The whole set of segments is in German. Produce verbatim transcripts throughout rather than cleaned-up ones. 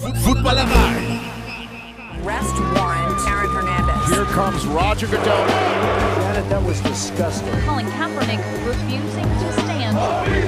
Footballerei. Arrest warrant, Aaron Hernandez. Here comes Roger Goodell. Janet, that was disgusting. Colin Kaepernick refusing to stand.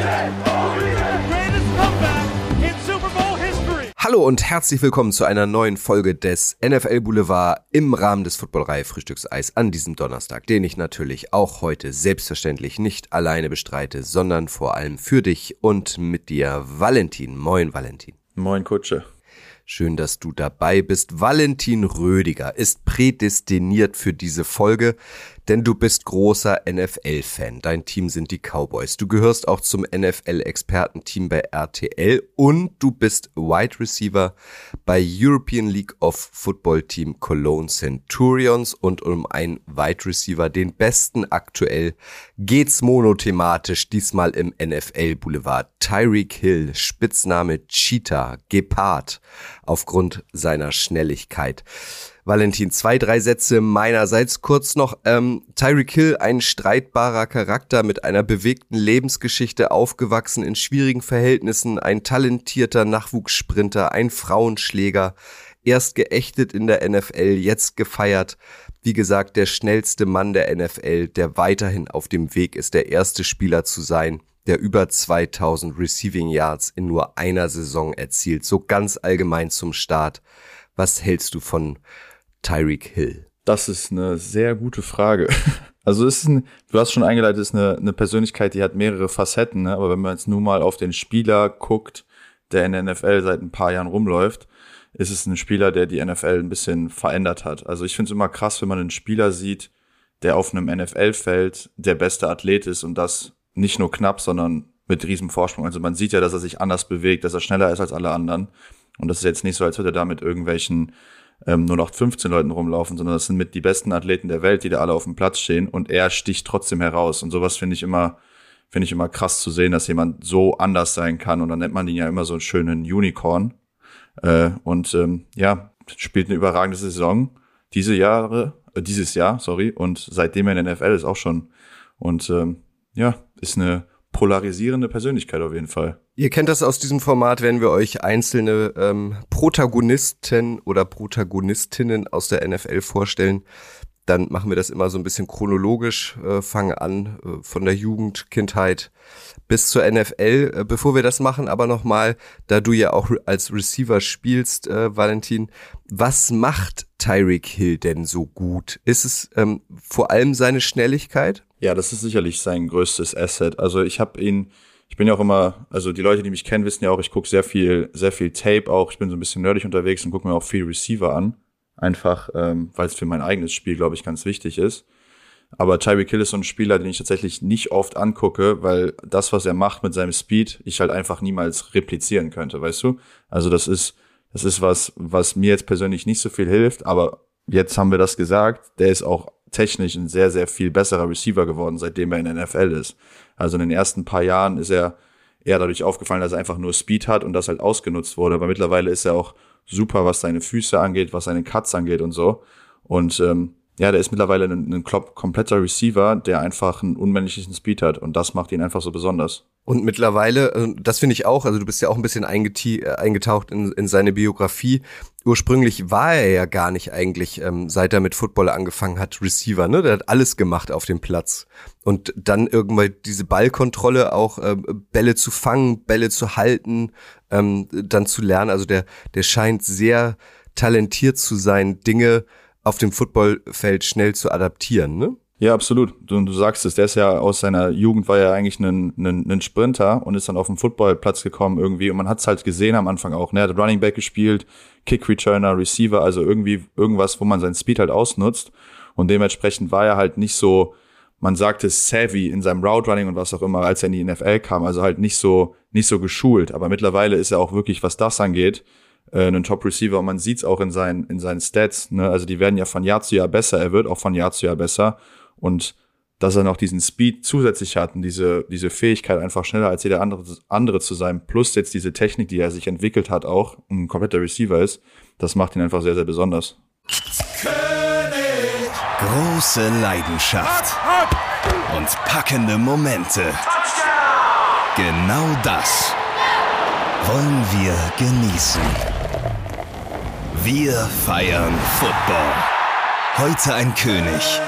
Greatest comeback in Super Bowl history. Hallo und herzlich willkommen zu einer neuen Folge des N F L Boulevard im Rahmen des Footballerei-Frühstückseis an diesem Donnerstag, den ich natürlich auch heute selbstverständlich nicht alleine bestreite, sondern vor allem für dich und mit dir, Valentin. Moin, Valentin. Moin, Kutsche. Schön, dass du dabei bist. Valentin Rödiger ist prädestiniert für diese Folge, denn du bist großer N F L-Fan. Dein Team sind die Cowboys. Du gehörst auch zum N F L-Expertenteam bei R T L und du bist Wide Receiver bei European League of Football Team Cologne Centurions. Und um einen Wide Receiver, den besten aktuell, geht's monothematisch, diesmal im N F L-Boulevard. Tyreek Hill, Spitzname Cheetah, Gepard, aufgrund seiner Schnelligkeit. Valentin, zwei, drei Sätze meinerseits. Kurz noch, ähm, Tyreek Hill, ein streitbarer Charakter mit einer bewegten Lebensgeschichte, aufgewachsen in schwierigen Verhältnissen, ein talentierter Nachwuchssprinter, ein Frauenschläger, erst geächtet in der N F L, jetzt gefeiert. Wie gesagt, der schnellste Mann der N F L, der weiterhin auf dem Weg ist, der erste Spieler zu sein, der über zweitausend Receiving Yards in nur einer Saison erzielt. So ganz allgemein zum Start. Was hältst du von Tyreek Hill? Das ist eine sehr gute Frage. Also es ist ein, du hast schon eingeleitet, es ist eine, eine Persönlichkeit, die hat mehrere Facetten, ne? Aber wenn man jetzt nur mal auf den Spieler guckt, der in der N F L seit ein paar Jahren rumläuft, ist es ein Spieler, der die N F L ein bisschen verändert hat. Also ich finde es immer krass, wenn man einen Spieler sieht, der auf einem N F L-Feld der beste Athlet ist und das nicht nur knapp, sondern mit riesen Vorsprung. Also man sieht ja, dass er sich anders bewegt, dass er schneller ist als alle anderen. Und das ist jetzt nicht so, als würde er da mit irgendwelchen ähm, nur noch fünfzehn Leuten rumlaufen, sondern das sind mit die besten Athleten der Welt, die da alle auf dem Platz stehen. Und er sticht trotzdem heraus. Und sowas finde ich immer, finde ich immer krass zu sehen, dass jemand so anders sein kann. Und dann nennt man ihn ja immer so einen schönen Unicorn. Äh, und ähm, ja, spielt eine überragende Saison diese Jahre, äh, dieses Jahr, sorry. Und seitdem er in der N F L ist auch schon. Und ähm, ja, ist eine polarisierende Persönlichkeit auf jeden Fall. Ihr kennt das aus diesem Format, wenn wir euch einzelne ähm, Protagonisten oder Protagonistinnen aus der N F L vorstellen, dann machen wir das immer so ein bisschen chronologisch, äh, fangen an äh, von der Jugend, Kindheit bis zur N F L. Äh, bevor wir das machen, aber nochmal, da du ja auch als Receiver spielst, äh, Valentin, was macht Tyreek Hill denn so gut? Ist es ähm, vor allem seine Schnelligkeit? Ja, das ist sicherlich sein größtes Asset. Also ich habe ihn, ich bin ja auch immer, also die Leute, die mich kennen, wissen ja auch, ich gucke sehr viel, sehr viel Tape auch. Ich bin so ein bisschen nerdig unterwegs und gucke mir auch viel Receiver an. Einfach, ähm, weil es für mein eigenes Spiel, glaube ich, ganz wichtig ist. Aber Tyreek Hill ist so ein Spieler, den ich tatsächlich nicht oft angucke, weil das, was er macht mit seinem Speed, ich halt einfach niemals replizieren könnte, weißt du? Also das ist, das ist was, was mir jetzt persönlich nicht so viel hilft, aber jetzt haben wir das gesagt, der ist auch technisch ein sehr, sehr viel besserer Receiver geworden, seitdem er in der N F L ist. Also in den ersten paar Jahren ist er eher dadurch aufgefallen, dass er einfach nur Speed hat und das halt ausgenutzt wurde. Aber mittlerweile ist er auch super, was seine Füße angeht, was seine Cuts angeht und so. Und ähm, ja, der ist mittlerweile ein, ein kompletter Receiver, der einfach einen unmännlichen Speed hat. Und das macht ihn einfach so besonders. Und mittlerweile, das finde ich auch, also du bist ja auch ein bisschen eingetaucht in, in seine Biografie. Ursprünglich war er ja gar nicht eigentlich, ähm, seit er mit Football angefangen hat, Receiver, ne? Der hat alles gemacht auf dem Platz. Und dann irgendwann diese Ballkontrolle, auch äh, Bälle zu fangen, Bälle zu halten, ähm, dann zu lernen. Also der, der scheint sehr talentiert zu sein, Dinge auf dem Footballfeld schnell zu adaptieren, ne? Ja, absolut. Du, du sagst es, der ist ja aus seiner Jugend, war ja eigentlich ein, ein, ein Sprinter und ist dann auf den Footballplatz gekommen irgendwie und man hat es halt gesehen am Anfang auch, ne? Er hat Running Back gespielt, Kick Returner, Receiver, also irgendwie irgendwas, wo man seinen Speed halt ausnutzt und dementsprechend war er halt nicht so, man sagte savvy in seinem Route Running und was auch immer, als er in die N F L kam, also halt nicht so, nicht so geschult, aber mittlerweile ist er auch wirklich, was das angeht, äh, ein Top-Receiver und man sieht's auch in seinen, in seinen Stats, ne? Also die werden ja von Jahr zu Jahr besser, er wird auch von Jahr zu Jahr besser. Und dass er noch diesen Speed zusätzlich hat und diese, diese Fähigkeit, einfach schneller als jeder andere, andere zu sein, plus jetzt diese Technik, die er sich entwickelt hat, auch ein kompletter Receiver ist, das macht ihn einfach sehr, sehr besonders. König! Große Leidenschaft und packende Momente. Genau das wollen wir genießen. Wir feiern Football. Heute ein König.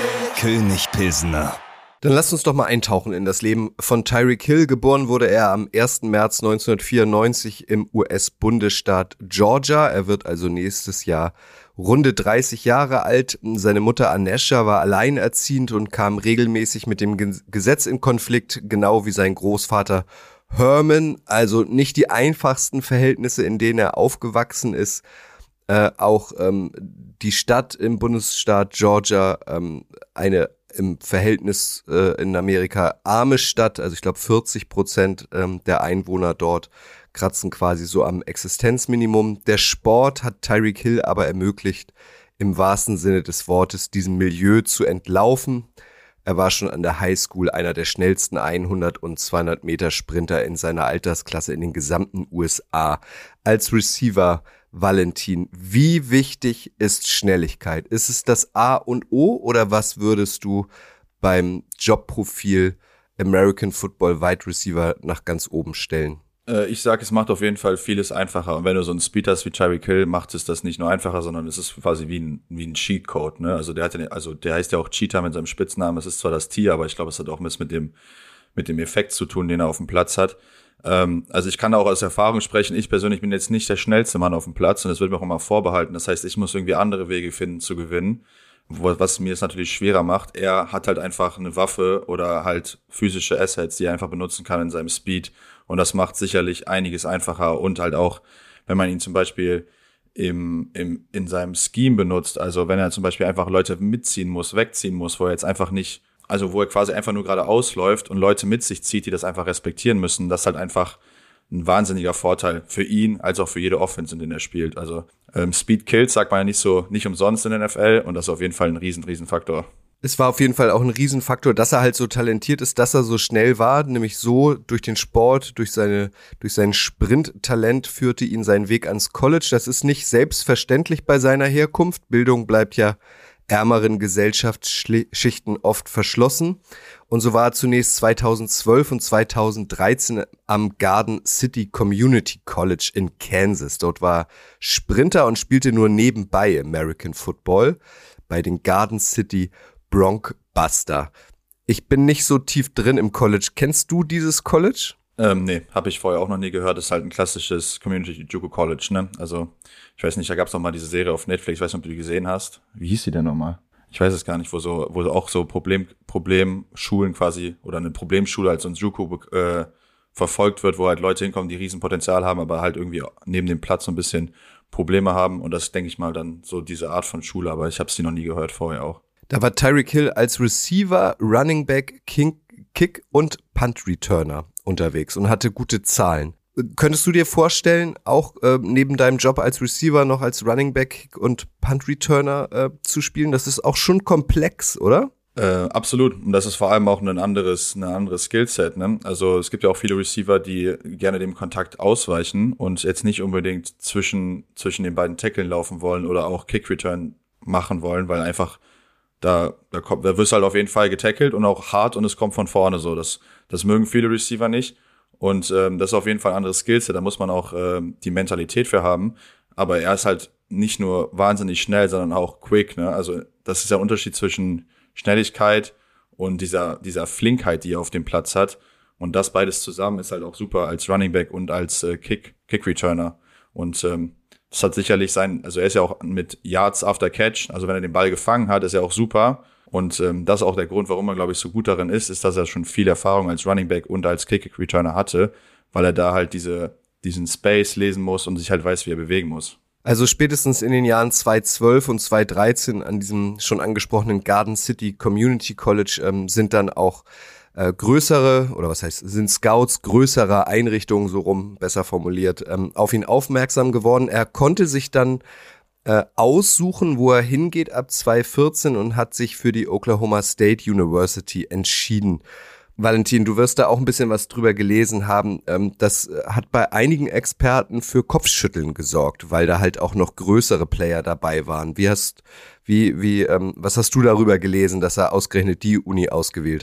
König Pilsener. Dann lasst uns doch mal eintauchen in das Leben von Tyreek Hill. Geboren wurde er am ersten März neunzehnhundertvierundneunzig im U S-Bundesstaat Georgia. Er wird also nächstes Jahr runde dreißig Jahre alt. Seine Mutter Anesha war alleinerziehend und kam regelmäßig mit dem Gesetz in Konflikt, genau wie sein Großvater Herman. Also nicht die einfachsten Verhältnisse, in denen er aufgewachsen ist. Äh, auch ähm, die Stadt im Bundesstaat Georgia, ähm, eine im Verhältnis äh, in Amerika arme Stadt, also ich glaube vierzig Prozent ähm, der Einwohner dort kratzen quasi so am Existenzminimum. Der Sport hat Tyreek Hill aber ermöglicht, im wahrsten Sinne des Wortes diesem Milieu zu entlaufen. Er war schon an der Highschool einer der schnellsten hundert- und zweihundert Meter Sprinter in seiner Altersklasse in den gesamten U S A. Als Receiver, Valentin, wie wichtig ist Schnelligkeit? Ist es das A und O oder was würdest du beim Jobprofil American Football Wide Receiver nach ganz oben stellen? Äh, ich sage, es macht auf jeden Fall vieles einfacher. Und wenn du so einen Speed hast wie Tyreek Hill, macht es das nicht nur einfacher, sondern es ist quasi wie ein, wie ein Cheatcode. Ne? Also der hat ja, also der heißt ja auch Cheetah mit seinem Spitznamen. Es ist zwar das Tier, aber ich glaube, es hat auch was mit dem mit dem Effekt zu tun, den er auf dem Platz hat. Also ich kann auch aus Erfahrung sprechen, ich persönlich bin jetzt nicht der schnellste Mann auf dem Platz und das wird mir auch immer vorbehalten. Das heißt, ich muss irgendwie andere Wege finden zu gewinnen, was mir es natürlich schwerer macht. Er hat halt einfach eine Waffe oder halt physische Assets, die er einfach benutzen kann in seinem Speed und das macht sicherlich einiges einfacher und halt auch, wenn man ihn zum Beispiel im, im, in seinem Scheme benutzt, also wenn er zum Beispiel einfach Leute mitziehen muss, wegziehen muss, wo er jetzt einfach nicht Also wo er quasi einfach nur gerade ausläuft und Leute mit sich zieht, die das einfach respektieren müssen. Das ist halt einfach ein wahnsinniger Vorteil für ihn, als auch für jede Offense, in der er spielt. Also ähm, Speed kills, sagt man ja nicht so, nicht umsonst in der N F L und das ist auf jeden Fall ein riesen, riesen Faktor. Es war auf jeden Fall auch ein Riesenfaktor, dass er halt so talentiert ist, dass er so schnell war, nämlich so durch den Sport, durch seine, durch sein Sprinttalent führte ihn seinen Weg ans College. Das ist nicht selbstverständlich bei seiner Herkunft. Bildung bleibt ja ärmeren Gesellschaftsschichten oft verschlossen. Und so war er zunächst zweitausendzwölf und zweitausenddreizehn am Garden City Community College in Kansas. Dort war er Sprinter und spielte nur nebenbei American Football bei den Garden City Broncbuster. Ich bin nicht so tief drin im College. Kennst du dieses College? Ähm, nee, habe ich vorher auch noch nie gehört. Das ist halt ein klassisches Community Juco College, ne? Also, ich weiß nicht, da gab's noch mal diese Serie auf Netflix, ich weiß nicht, ob du die gesehen hast. Wie hieß die denn nochmal? Ich weiß es gar nicht, wo so, wo auch so Problem, Problemschulen quasi, oder eine Problemschule als so ein Juco äh, verfolgt wird, wo halt Leute hinkommen, die Riesenpotenzial haben, aber halt irgendwie neben dem Platz so ein bisschen Probleme haben. Und das denke ich mal dann so diese Art von Schule, aber ich habe sie noch nie gehört vorher auch. Da war Tyreek Hill als Receiver, Running Back, King, Kick und Punt Returner unterwegs und hatte gute Zahlen. Könntest du dir vorstellen, auch äh, neben deinem Job als Receiver noch als Running Back und Punt Returner äh, zu spielen? Das ist auch schon komplex, oder? Äh, absolut. Und das ist vor allem auch ein anderes, ein anderes Skillset, ne? Also es gibt ja auch viele Receiver, die gerne dem Kontakt ausweichen und jetzt nicht unbedingt zwischen, zwischen den beiden Tackeln laufen wollen oder auch Kick Return machen wollen, weil einfach da, da kommt, da wirst du halt auf jeden Fall getackelt und auch hart und es kommt von vorne so. Das, das mögen viele Receiver nicht. Und ähm, das ist auf jeden Fall ein anderes Skillset, da muss man auch ähm, die Mentalität für haben. Aber er ist halt nicht nur wahnsinnig schnell, sondern auch quick, ne? Also das ist der Unterschied zwischen Schnelligkeit und dieser dieser Flinkheit, die er auf dem Platz hat. Und das beides zusammen ist halt auch super als Running Back und als äh, Kick Kick Returner. Und ähm, das hat sicherlich sein, also er ist ja auch mit Yards after Catch, also wenn er den Ball gefangen hat, ist er auch super. Und ähm, das ist auch der Grund, warum er, glaube ich, so gut darin ist, ist, dass er schon viel Erfahrung als Running Back und als Kick-Returner hatte, weil er da halt diese diesen Space lesen muss und sich halt weiß, wie er bewegen muss. Also spätestens in den Jahren zweitausendzwölf und zweitausenddreizehn an diesem schon angesprochenen Garden City Community College ähm, sind dann auch äh, größere, oder was heißt, sind Scouts größerer Einrichtungen, so rum, besser formuliert, ähm, auf ihn aufmerksam geworden. Er konnte sich dann Äh, aussuchen, wo er hingeht ab zweitausendvierzehn und hat sich für die Oklahoma State University entschieden. Valentin, du wirst da auch ein bisschen was drüber gelesen haben. Ähm, das hat bei einigen Experten für Kopfschütteln gesorgt, weil da halt auch noch größere Player dabei waren. Wie hast, wie, wie, ähm, was hast du darüber gelesen, dass er ausgerechnet die Uni ausgewählt hat?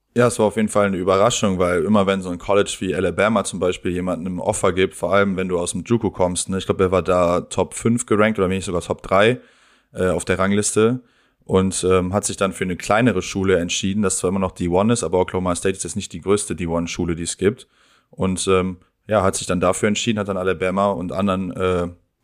Ja, es war auf jeden Fall eine Überraschung, weil immer wenn so ein College wie Alabama zum Beispiel jemanden ein Offer gibt, vor allem wenn du aus dem JUCO kommst, ne, ich glaube, er war da Top fünf gerankt oder wenn nicht sogar Top drei äh, auf der Rangliste und ähm, hat sich dann für eine kleinere Schule entschieden, das zwar immer noch D eins ist, aber Oklahoma State ist jetzt nicht die größte D eins Schule, die es gibt und ähm, ja, hat sich dann dafür entschieden, hat dann Alabama und anderen äh,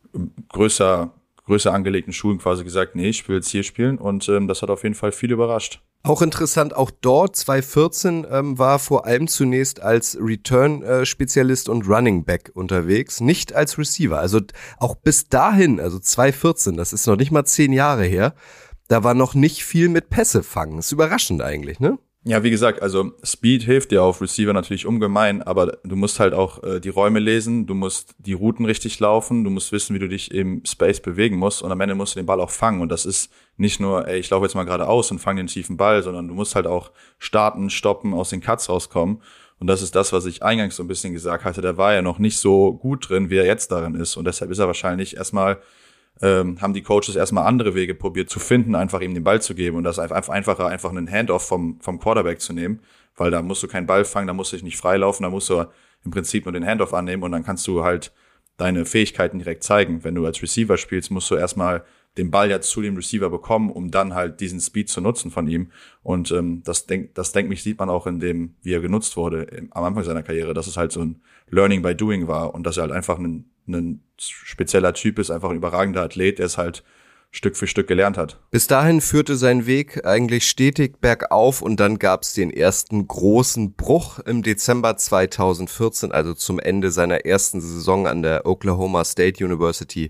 größer größer angelegten Schulen quasi gesagt, nee, ich will jetzt hier spielen und ähm, das hat auf jeden Fall viel überrascht. Auch interessant, auch dort zwanzig vierzehn ähm, war vor allem zunächst als Return-Spezialist und Running Back unterwegs, nicht als Receiver. Also auch bis dahin, also zwanzig vierzehn, das ist noch nicht mal zehn Jahre her, da war noch nicht viel mit Pässe fangen. Ist überraschend eigentlich, ne? Ja, wie gesagt, also Speed hilft dir auf Receiver natürlich ungemein, aber du musst halt auch äh, die Räume lesen, du musst die Routen richtig laufen, du musst wissen, wie du dich im Space bewegen musst und am Ende musst du den Ball auch fangen und das ist nicht nur, ey, ich laufe jetzt mal geradeaus und fange den tiefen Ball, sondern du musst halt auch starten, stoppen, aus den Cuts rauskommen und das ist das, was ich eingangs so ein bisschen gesagt hatte, der war ja noch nicht so gut drin, wie er jetzt darin ist und deshalb ist er wahrscheinlich erstmal Ähm, haben die Coaches erstmal andere Wege probiert zu finden, einfach ihm den Ball zu geben und das einfach einfacher, einfach einen Handoff vom vom Quarterback zu nehmen, weil da musst du keinen Ball fangen, da musst du dich nicht freilaufen, da musst du im Prinzip nur den Handoff annehmen und dann kannst du halt deine Fähigkeiten direkt zeigen. Wenn du als Receiver spielst, musst du erstmal den Ball ja zu dem Receiver bekommen, um dann halt diesen Speed zu nutzen von ihm und ähm, das denk, das denke ich, sieht man auch in dem, wie er genutzt wurde im, am Anfang seiner Karriere, dass es halt so ein Learning by Doing war und dass er halt einfach ein ein spezieller Typ ist, einfach ein überragender Athlet, der es halt Stück für Stück gelernt hat. Bis dahin führte sein Weg eigentlich stetig bergauf und dann gab es den ersten großen Bruch im Dezember zwanzig vierzehn, also zum Ende seiner ersten Saison an der Oklahoma State University,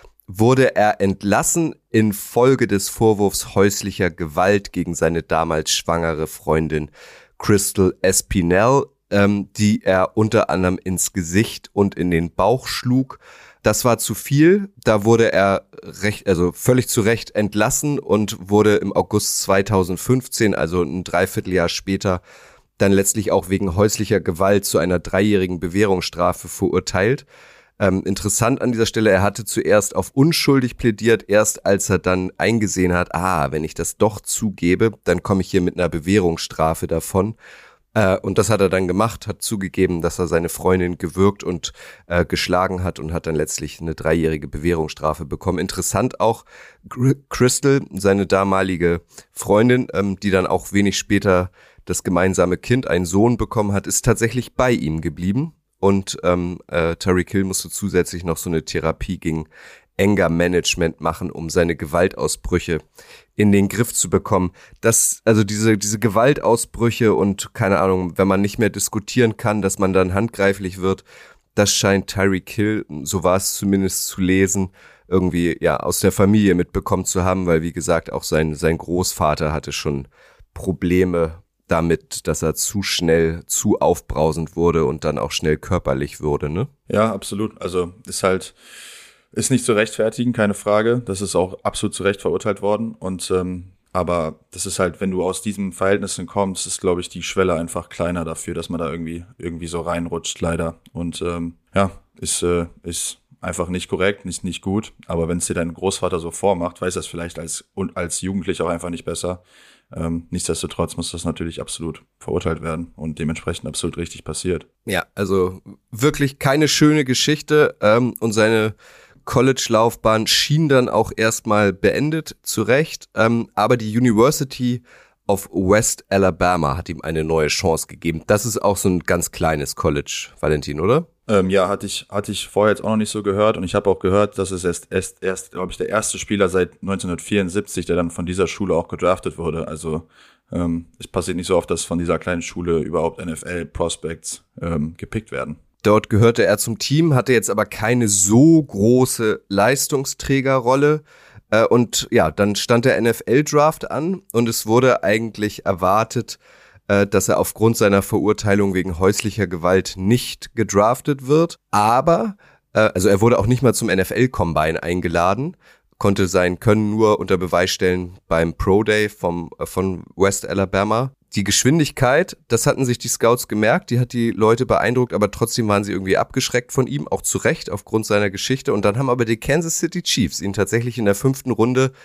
wurde er entlassen infolge des Vorwurfs häuslicher Gewalt gegen seine damals schwangere Freundin Crystal Espinel, die er unter anderem ins Gesicht und in den Bauch schlug. Das war zu viel. Da wurde er recht, also völlig zu Recht entlassen und wurde im August zwanzig fünfzehn, also ein Dreivierteljahr später, dann letztlich auch wegen häuslicher Gewalt zu einer dreijährigen Bewährungsstrafe verurteilt. Ähm, interessant an dieser Stelle, er hatte zuerst auf unschuldig plädiert, erst als er dann eingesehen hat, ah, wenn ich das doch zugebe, dann komme ich hier mit einer Bewährungsstrafe davon. Äh, und das hat er dann gemacht, hat zugegeben, dass er seine Freundin gewürgt und äh, geschlagen hat und hat dann letztlich eine dreijährige Bewährungsstrafe bekommen. Interessant auch, Crystal, seine damalige Freundin, ähm, die dann auch wenig später das gemeinsame Kind, einen Sohn bekommen hat, ist tatsächlich bei ihm geblieben. Und ähm, äh, Tyreek Hill musste zusätzlich noch so eine Therapie gegen Anger-Management machen, um seine Gewaltausbrüche in den Griff zu bekommen. Das, also diese, diese Gewaltausbrüche und keine Ahnung, wenn man nicht mehr diskutieren kann, dass man dann handgreiflich wird, das scheint Tyreek Hill, so war es zumindest zu lesen, irgendwie ja aus der Familie mitbekommen zu haben, weil wie gesagt auch sein, sein Großvater hatte schon Probleme damit, dass er zu schnell, zu aufbrausend wurde und dann auch schnell körperlich wurde, ne? Ja, absolut. Also ist halt Ist nicht zu rechtfertigen, keine Frage. Das ist auch absolut zu Recht verurteilt worden. Und ähm, aber das ist halt, wenn du aus diesen Verhältnissen kommst, ist, glaube ich, die Schwelle einfach kleiner dafür, dass man da irgendwie irgendwie so reinrutscht, leider. Und ähm, ja, ist äh, ist einfach nicht korrekt, nicht nicht gut. Aber wenn es dir dein Großvater so vormacht, weiß das vielleicht als und als Jugendlicher auch einfach nicht besser. Ähm, nichtsdestotrotz muss das natürlich absolut verurteilt werden und dementsprechend absolut richtig passiert. Ja, also wirklich keine schöne Geschichte ähm, und seine College-Laufbahn schien dann auch erstmal beendet, zu Recht, ähm, aber die University of West Alabama hat ihm eine neue Chance gegeben. Das ist auch so ein ganz kleines College, Valentin, oder? Ähm, ja, hatte ich hatte ich vorher jetzt auch noch nicht so gehört und ich habe auch gehört, dass es erst erst, erst glaube ich, der erste Spieler seit neunzehnhundertvierundsiebzig, der dann von dieser Schule auch gedraftet wurde. Also ähm, es passiert nicht so oft, dass von dieser kleinen Schule überhaupt N F L-Prospects ähm, gepickt werden. Dort gehörte er zum Team, hatte jetzt aber keine so große Leistungsträgerrolle. Äh, und ja, dann stand der N F L-Draft an und es wurde eigentlich erwartet, äh, dass er aufgrund seiner Verurteilung wegen häuslicher Gewalt nicht gedraftet wird. Aber, äh, also er wurde auch nicht mal zum N F L-Combine eingeladen, konnte sein Können nur unter Beweis stellen beim Pro Day vom, äh, von West Alabama. Die Geschwindigkeit, das hatten sich die Scouts gemerkt, die hat die Leute beeindruckt, aber trotzdem waren sie irgendwie abgeschreckt von ihm, auch zu Recht aufgrund seiner Geschichte. Und dann haben aber die Kansas City Chiefs ihn tatsächlich in der fünften Runde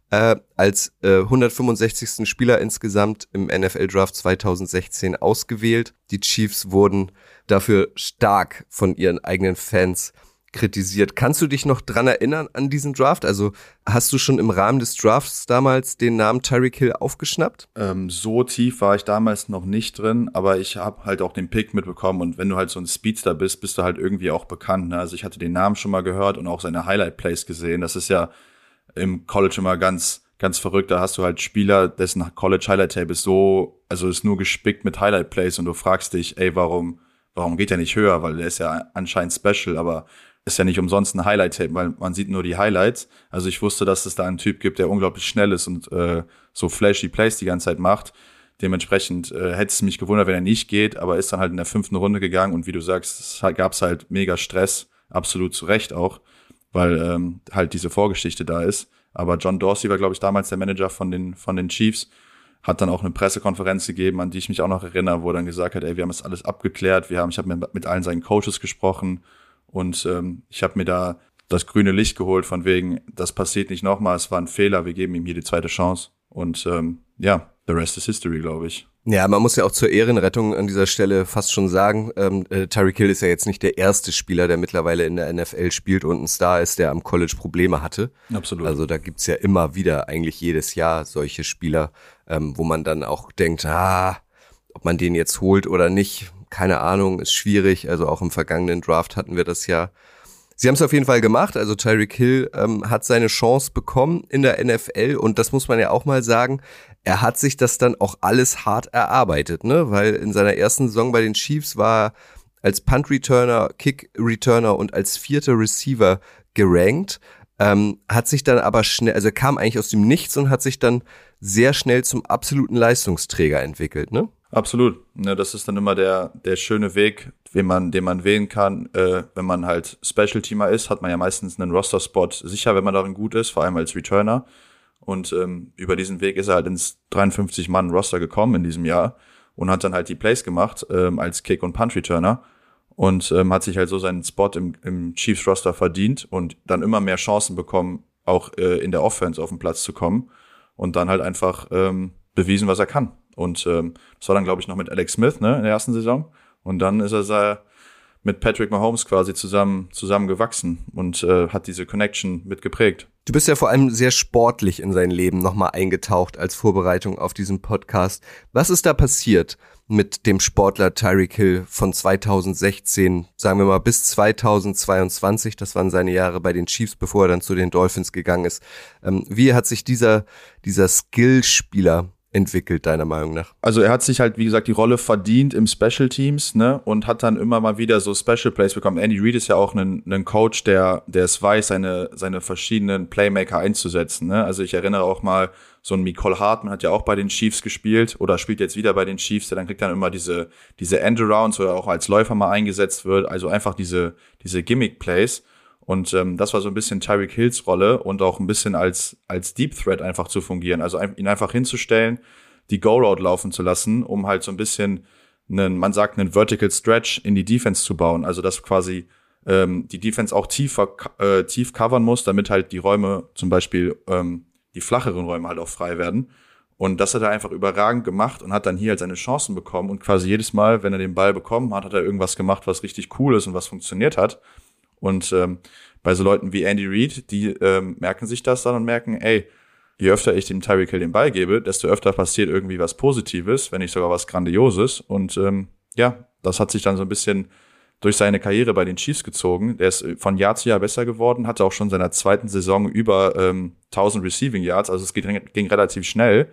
äh, als äh, hundertfünfundsechzigsten Spieler insgesamt im N F L-Draft zweitausendsechzehn ausgewählt. Die Chiefs wurden dafür stark von ihren eigenen Fans kritisiert. Kannst du dich noch dran erinnern an diesen Draft? Also hast du schon im Rahmen des Drafts damals den Namen Tyreek Hill aufgeschnappt? Ähm, so tief war ich damals noch nicht drin, aber ich habe halt auch den Pick mitbekommen und wenn du halt so ein Speedster bist, bist du halt irgendwie auch bekannt. Ne? Also ich hatte den Namen schon mal gehört und auch seine Highlight-Plays gesehen. Das ist ja im College immer ganz ganz verrückt. Da hast du halt Spieler, dessen College-Highlight-Tape ist so, also ist nur gespickt mit Highlight-Plays und du fragst dich, ey, warum warum geht der nicht höher? Weil der ist ja anscheinend special, aber ist ja nicht umsonst ein Highlight-Tape, weil man sieht nur die Highlights. Also ich wusste, dass es da einen Typ gibt, der unglaublich schnell ist und äh, so flashy Plays die ganze Zeit macht. Dementsprechend äh, hätte es mich gewundert, wenn er nicht geht, aber ist dann halt in der fünften Runde gegangen und wie du sagst, es gab es halt mega Stress, absolut zu Recht auch, weil ähm, halt diese Vorgeschichte da ist. Aber John Dorsey war, glaube ich, damals der Manager von den von den Chiefs, hat dann auch eine Pressekonferenz gegeben, an die ich mich auch noch erinnere, wo er dann gesagt hat, ey, wir haben das alles abgeklärt, wir haben, ich habe mit, mit allen seinen Coaches gesprochen. Und ähm, ich habe mir da das grüne Licht geholt von wegen, das passiert nicht nochmal, es war ein Fehler, wir geben ihm hier die zweite Chance. Und ähm, ja, the rest is history, glaube ich. Ja, man muss ja auch zur Ehrenrettung an dieser Stelle fast schon sagen, ähm, äh, Tyreek Hill ist ja jetzt nicht der erste Spieler, der mittlerweile in der N F L spielt und ein Star ist, der am College Probleme hatte. Absolut. Also da gibt's ja immer wieder, eigentlich jedes Jahr solche Spieler, ähm, wo man dann auch denkt, ah, ob man den jetzt holt oder nicht, keine Ahnung, ist schwierig. Also auch im vergangenen Draft hatten wir das ja. Sie haben es auf jeden Fall gemacht. Also Tyreek Hill ähm, hat seine Chance bekommen in der N F L und das muss man ja auch mal sagen. Er hat sich das dann auch alles hart erarbeitet, ne? Weil in seiner ersten Saison bei den Chiefs war er als Punt-Returner, Kick-Returner und als vierter Receiver gerankt. Ähm, hat sich dann aber schnell, also er kam eigentlich aus dem Nichts und hat sich dann sehr schnell zum absoluten Leistungsträger entwickelt, ne? Absolut. Ja, das ist dann immer der der schöne Weg, den man, den man wählen kann. Äh, wenn man halt Special-Teamer ist, hat man ja meistens einen Roster-Spot sicher, wenn man darin gut ist, vor allem als Returner. Und ähm, über diesen Weg ist er halt ins dreiundfünfzig Mann Roster gekommen in diesem Jahr und hat dann halt die Plays gemacht ähm, als Kick- und Punt-Returner und ähm, hat sich halt so seinen Spot im, im Chiefs-Roster verdient und dann immer mehr Chancen bekommen, auch äh, in der Offense auf den Platz zu kommen und dann halt einfach ähm, bewiesen, was er kann. Und ähm, das war dann, glaube ich, noch mit Alex Smith, ne, in der ersten Saison. Und dann ist er äh, mit Patrick Mahomes quasi zusammen zusammen gewachsen und äh, hat diese Connection mitgeprägt. Du bist ja vor allem sehr sportlich in sein Leben nochmal eingetaucht als Vorbereitung auf diesen Podcast. Was ist da passiert mit dem Sportler Tyreek Hill von zweitausendsechzehn, sagen wir mal bis zweitausendzweiundzwanzig, das waren seine Jahre bei den Chiefs, bevor er dann zu den Dolphins gegangen ist. Ähm, wie hat sich dieser, dieser Skillspieler entwickelt, deiner Meinung nach? Also er hat sich halt, wie gesagt, die Rolle verdient im Special Teams, ne, und hat dann immer mal wieder so Special Plays bekommen. Andy Reid ist ja auch ein, ein Coach, der, der es weiß, seine, seine verschiedenen Playmaker einzusetzen, ne. Also ich erinnere auch mal, so ein Mecole Hardman hat ja auch bei den Chiefs gespielt oder spielt jetzt wieder bei den Chiefs, der dann kriegt dann immer diese, diese Endarounds oder auch als Läufer mal eingesetzt wird. Also einfach diese, diese Gimmick Plays. Und ähm, das war so ein bisschen Tyreek Hills Rolle und auch ein bisschen als als Deep Threat einfach zu fungieren. Also ein, ihn einfach hinzustellen, die Go-Route laufen zu lassen, um halt so ein bisschen einen, man sagt, einen Vertical Stretch in die Defense zu bauen. Also dass quasi ähm, die Defense auch tiefer, äh, tief covern muss, damit halt die Räume, zum Beispiel ähm, die flacheren Räume halt auch frei werden. Und das hat er einfach überragend gemacht und hat dann hier halt seine Chancen bekommen. Und quasi jedes Mal, wenn er den Ball bekommen hat, hat er irgendwas gemacht, was richtig cool ist und was funktioniert hat. Und ähm, bei so Leuten wie Andy Reid, die ähm, merken sich das dann und merken, ey, je öfter ich dem Tyreek Hill den Ball gebe, desto öfter passiert irgendwie was Positives, wenn nicht sogar was Grandioses. Und ähm, ja, das hat sich dann so ein bisschen durch seine Karriere bei den Chiefs gezogen. Der ist von Jahr zu Jahr besser geworden, hatte auch schon in seiner zweiten Saison über ähm, tausend Receiving Yards, also es ging, ging relativ schnell.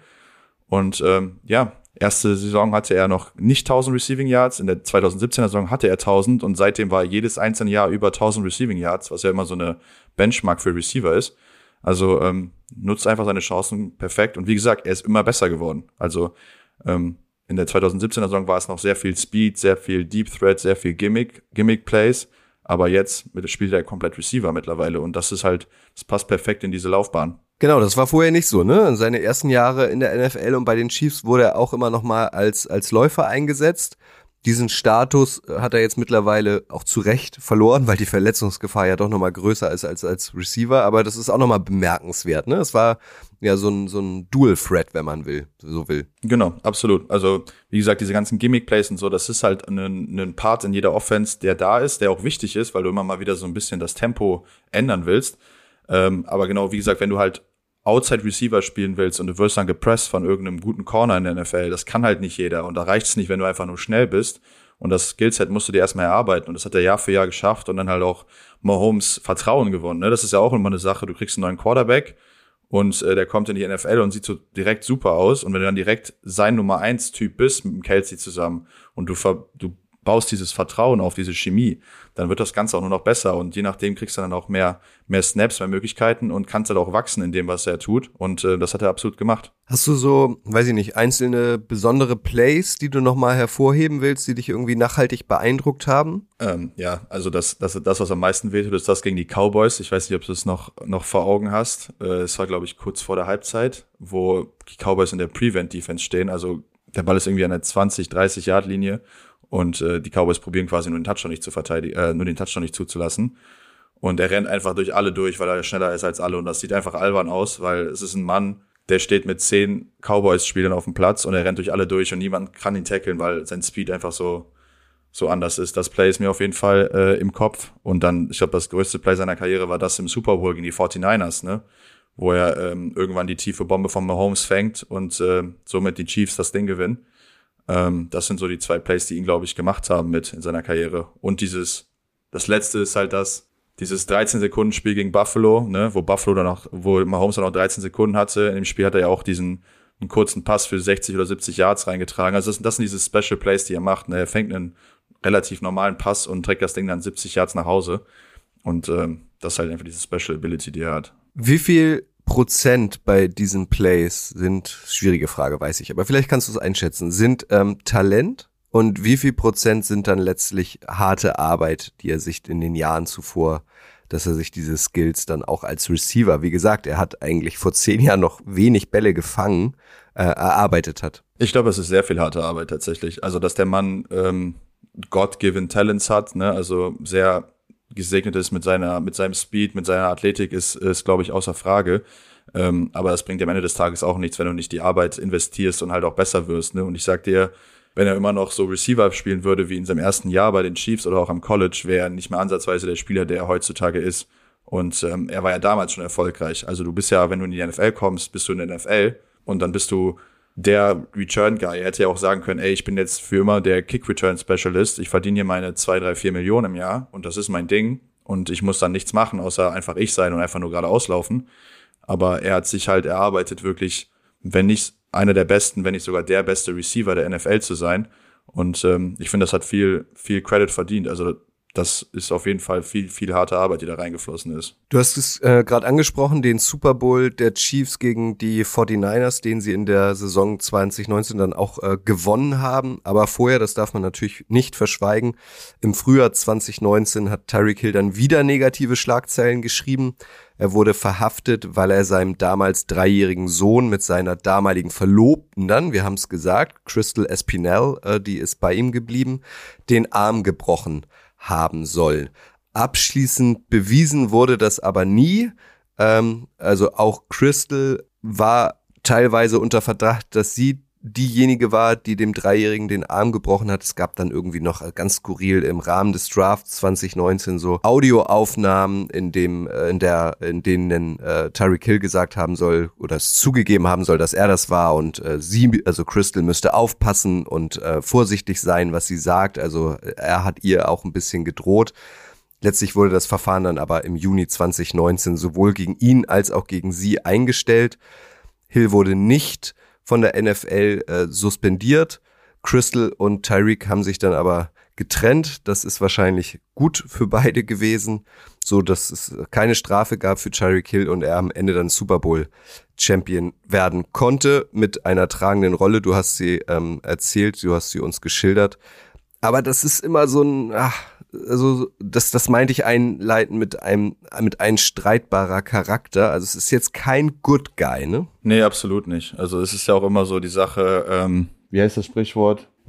Und ähm, ja, erste Saison hatte er noch nicht tausend Receiving Yards, in der zweitausendsiebzehner Saison hatte er tausend und seitdem war jedes einzelne Jahr über tausend Receiving Yards, was ja immer so eine Benchmark für Receiver ist. Also ähm, nutzt einfach seine Chancen perfekt und wie gesagt, er ist immer besser geworden. Also ähm, in der zweitausendsiebzehner Saison war es noch sehr viel Speed, sehr viel Deep Threat, sehr viel Gimmick, Gimmick Plays, aber jetzt spielt er komplett Receiver mittlerweile und das ist halt, das passt perfekt in diese Laufbahn. Genau, das war vorher nicht so, ne? Seine ersten Jahre in der N F L und bei den Chiefs wurde er auch immer noch mal als als Läufer eingesetzt. Diesen Status hat er jetzt mittlerweile auch zu Recht verloren, weil die Verletzungsgefahr ja doch nochmal größer ist als als Receiver. Aber das ist auch nochmal bemerkenswert, ne? Es war ja so ein so ein Dual-Threat, wenn man will, so will. Genau, absolut. Also wie gesagt, diese ganzen Gimmick-Plays und so, das ist halt ein, ein Part in jeder Offense, der da ist, der auch wichtig ist, weil du immer mal wieder so ein bisschen das Tempo ändern willst. Ähm, aber genau, wie gesagt, wenn du halt Outside Receiver spielen willst und du wirst dann gepresst von irgendeinem guten Corner in der N F L, das kann halt nicht jeder und da reicht es nicht, wenn du einfach nur schnell bist und das Skillset musst du dir erstmal erarbeiten und das hat er Jahr für Jahr geschafft und dann halt auch Mahomes Vertrauen gewonnen, ne? Das ist ja auch immer eine Sache, du kriegst einen neuen Quarterback und äh, der kommt in die N F L und sieht so direkt super aus und wenn du dann direkt sein Nummer eins Typ bist mit dem Kelsey zusammen und du, ver- du baust dieses Vertrauen auf, diese Chemie, dann wird das Ganze auch nur noch besser und je nachdem kriegst du dann auch mehr mehr Snaps, mehr Möglichkeiten und kannst halt auch wachsen in dem, was er tut und äh, das hat er absolut gemacht. Hast du so, weiß ich nicht, einzelne besondere Plays, die du nochmal hervorheben willst, die dich irgendwie nachhaltig beeindruckt haben? Ähm, ja, also das, das, das, was am meisten wehtut, ist das gegen die Cowboys. Ich weiß nicht, ob du es noch, noch vor Augen hast. Äh, es war, glaube ich, kurz vor der Halbzeit, wo die Cowboys in der Prevent-Defense stehen. Also der Ball ist irgendwie an der zwanzig, dreißig Yard Linie und äh, die Cowboys probieren quasi nur den Touchdown nicht zu verteidigen, äh, nur den Touchdown nicht zuzulassen. Und er rennt einfach durch alle durch, weil er schneller ist als alle. Und das sieht einfach albern aus, weil es ist ein Mann, der steht mit zehn Cowboys-Spielern auf dem Platz und er rennt durch alle durch und niemand kann ihn tackeln, weil sein Speed einfach so so anders ist. Das Play ist mir auf jeden Fall äh, im Kopf. Und dann, ich glaube, das größte Play seiner Karriere war das im Super Bowl gegen die forty-niners, ne? Wo er ähm, irgendwann die tiefe Bombe von Mahomes fängt und äh, somit die Chiefs das Ding gewinnen. Ähm, das sind so die zwei Plays, die ihn, glaube ich, gemacht haben mit in seiner Karriere. Und dieses, das letzte ist halt das, dieses dreizehn-Sekunden-Spiel gegen Buffalo, ne, wo Buffalo dann auch, wo Mahomes dann auch dreizehn Sekunden hatte. In dem Spiel hat er ja auch diesen einen kurzen Pass für sechzig oder siebzig Yards reingetragen. Also das, das sind diese Special Plays, die er macht. Ne. Er fängt einen relativ normalen Pass und trägt das Ding dann siebzig Yards nach Hause. Und ähm, das ist halt einfach diese Special Ability, die er hat. Wie viel Prozent bei diesen Plays sind, schwierige Frage, weiß ich, aber vielleicht kannst du es einschätzen, sind ähm, Talent? Und wie viel Prozent sind dann letztlich harte Arbeit, die er sich in den Jahren zuvor, dass er sich diese Skills dann auch als Receiver, wie gesagt, er hat eigentlich vor zehn Jahren noch wenig Bälle gefangen, äh, erarbeitet hat? Ich glaube, es ist sehr viel harte Arbeit tatsächlich. Also, dass der Mann ähm, God-given Talents hat, ne, also sehr gesegnet ist mit seiner, mit seinem Speed, mit seiner Athletik, ist, ist glaube ich, außer Frage. Ähm, aber das bringt am Ende des Tages auch nichts, wenn du nicht die Arbeit investierst und halt auch besser wirst, ne? Und ich sag dir, wenn er immer noch so Receiver spielen würde wie in seinem ersten Jahr bei den Chiefs oder auch am College, wäre er nicht mehr ansatzweise der Spieler, der er heutzutage ist. Und ähm, er war ja damals schon erfolgreich. Also du bist ja, wenn du in die N F L kommst, bist du in der N F L und dann bist du der Return-Guy. Er hätte ja auch sagen können, ey, ich bin jetzt für immer der Kick-Return-Specialist. Ich verdiene hier meine zwei, drei, vier Millionen im Jahr und das ist mein Ding. Und ich muss dann nichts machen, außer einfach ich sein und einfach nur gerade auslaufen. Aber er hat sich halt erarbeitet, wirklich, wenn nicht einer der besten, wenn nicht sogar der beste Receiver der N F L zu sein. Und ähm, ich finde, das hat viel, viel Credit verdient. Also das ist auf jeden Fall viel, viel harte Arbeit, die da reingeflossen ist. Du hast es äh, gerade angesprochen, den Super Bowl der Chiefs gegen die forty-niners, den sie in der Saison zwanzig neunzehn dann auch äh, gewonnen haben. Aber vorher, das darf man natürlich nicht verschweigen, im Frühjahr zwanzig neunzehn hat Tyreek Hill dann wieder negative Schlagzeilen geschrieben. Er wurde verhaftet, weil er seinem damals dreijährigen Sohn mit seiner damaligen Verlobten dann, wir haben es gesagt, Crystal Espinel, äh, die ist bei ihm geblieben, den Arm gebrochen haben soll. Abschließend bewiesen wurde das aber nie. Ähm, also auch Crystal war teilweise unter Verdacht, dass sie diejenige war, die dem Dreijährigen den Arm gebrochen hat. Es gab dann irgendwie noch ganz skurril im Rahmen des Drafts zwanzig neunzehn so Audioaufnahmen, in dem, in der, in denen äh, Tyreek Hill gesagt haben soll oder es zugegeben haben soll, dass er das war und äh, sie, also Crystal, müsste aufpassen und äh, vorsichtig sein, was sie sagt. Also er hat ihr auch ein bisschen gedroht. Letztlich wurde das Verfahren dann aber im Juni zwanzig neunzehn sowohl gegen ihn als auch gegen sie eingestellt. Hill wurde nicht von der N F L äh, suspendiert. Crystal und Tyreek haben sich dann aber getrennt. Das ist wahrscheinlich gut für beide gewesen, so dass es keine Strafe gab für Tyreek Hill und er am Ende dann Super Bowl Champion werden konnte mit einer tragenden Rolle. Du hast sie ähm, erzählt, du hast sie uns geschildert. Aber das ist immer so ein, ach, also das, das meinte ich einleitend mit einem, mit einem streitbarer Charakter. Also es ist jetzt kein Good Guy, ne? Nee, absolut nicht. Also es ist ja auch immer so die Sache, ähm, wie heißt das Sprichwort?